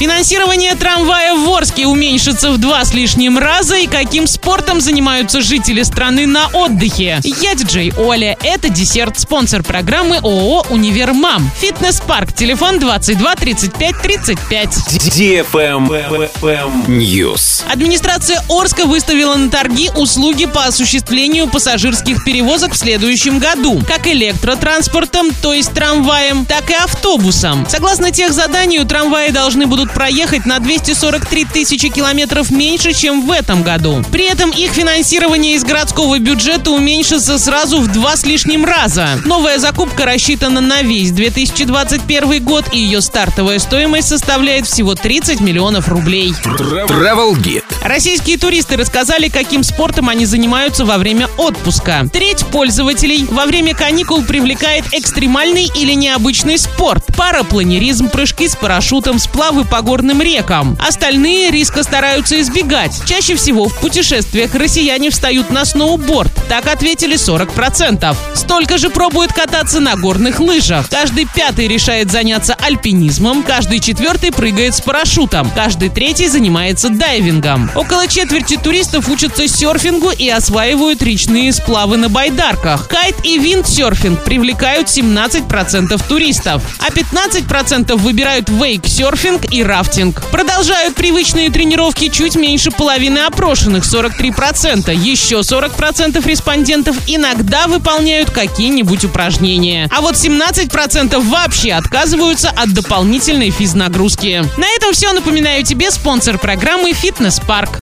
Финансирование трамвая в Орске уменьшится в 2 с лишним раза. И каким спортом занимаются жители страны на отдыхе? Я диджей Оля. Это десерт. Спонсор программы ООО «Универмам». Фитнес-парк. Телефон 22 35 35. News. Администрация Орска выставила на торги услуги по осуществлению пассажирских перевозок в следующем году. Как электротранспортом, то есть трамваем, так и автобусом. Согласно техзаданию, трамваи должны будут проехать на 243 тысячи километров меньше, чем в этом году. При этом их финансирование из городского бюджета уменьшится сразу в 2 с лишним раза. Новая закупка рассчитана на весь 2021 год, и ее стартовая стоимость составляет всего 30 миллионов рублей. Travel Guide. Российские туристы рассказали, каким спортом они занимаются во время отпуска. Треть пользователей во время каникул привлекает экстремальный или необычный спорт. Парапланеризм, прыжки с парашютом, сплавы по горным рекам. Остальные риска стараются избегать. Чаще всего в путешествиях россияне встают на сноуборд. Так ответили 40%. Столько же пробуют кататься на горных лыжах. Каждый пятый решает заняться альпинизмом. Каждый четвертый прыгает с парашютом. Каждый третий занимается дайвингом. Около четверти туристов учатся серфингу и осваивают речные сплавы на байдарках. Кайт и виндсерфинг привлекают 17% туристов, а 15% выбирают вейксерфинг и рафтинг. Продолжают привычные тренировки чуть меньше половины опрошенных, 43%. Еще 40% респондентов иногда выполняют какие-нибудь упражнения. А вот 17% вообще отказываются от дополнительной физнагрузки. На этом все. Напоминаю тебе спонсор программы «Фитнес-парк».